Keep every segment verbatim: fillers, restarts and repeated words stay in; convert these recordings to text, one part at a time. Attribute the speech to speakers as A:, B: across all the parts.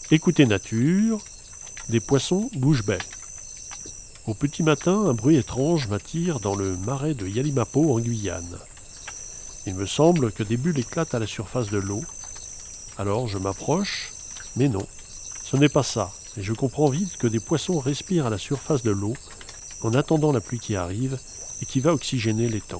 A: Écoutez nature, des poissons bouche-bée. Au petit matin, un bruit étrange m'attire dans le marais de Yalimapo en Guyane. Il me semble que des bulles éclatent à la surface de l'eau. Alors je m'approche, mais non, ce n'est pas ça, et je comprends vite que des poissons respirent à la surface de l'eau en attendant la pluie qui arrive et qui va oxygéner l'étang.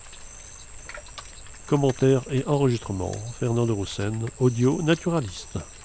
A: Commentaires et enregistrements, Fernand de Roussen, audio naturaliste.